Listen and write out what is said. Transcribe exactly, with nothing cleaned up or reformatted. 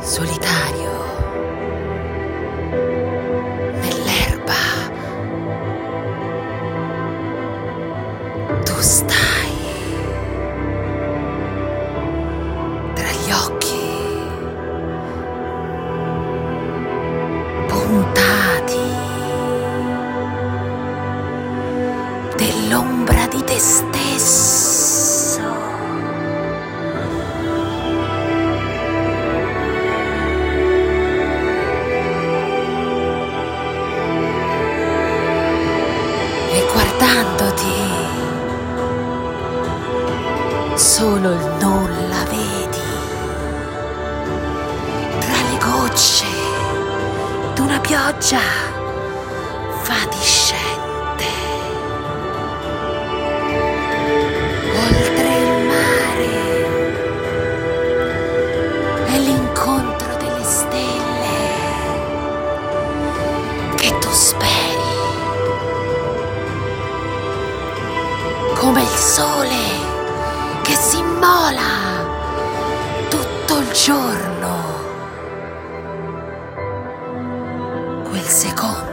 solitario nell'erba, tu stai tra gli occhi puntati dell'ombra di te stesso. E guardandoti solo il nulla vedi tra le gocce d'una pioggia fatiscente. Oltre il mare è l'incontro delle stelle che tu speri, come il sole che si immola tutto il giorno. Quel secondo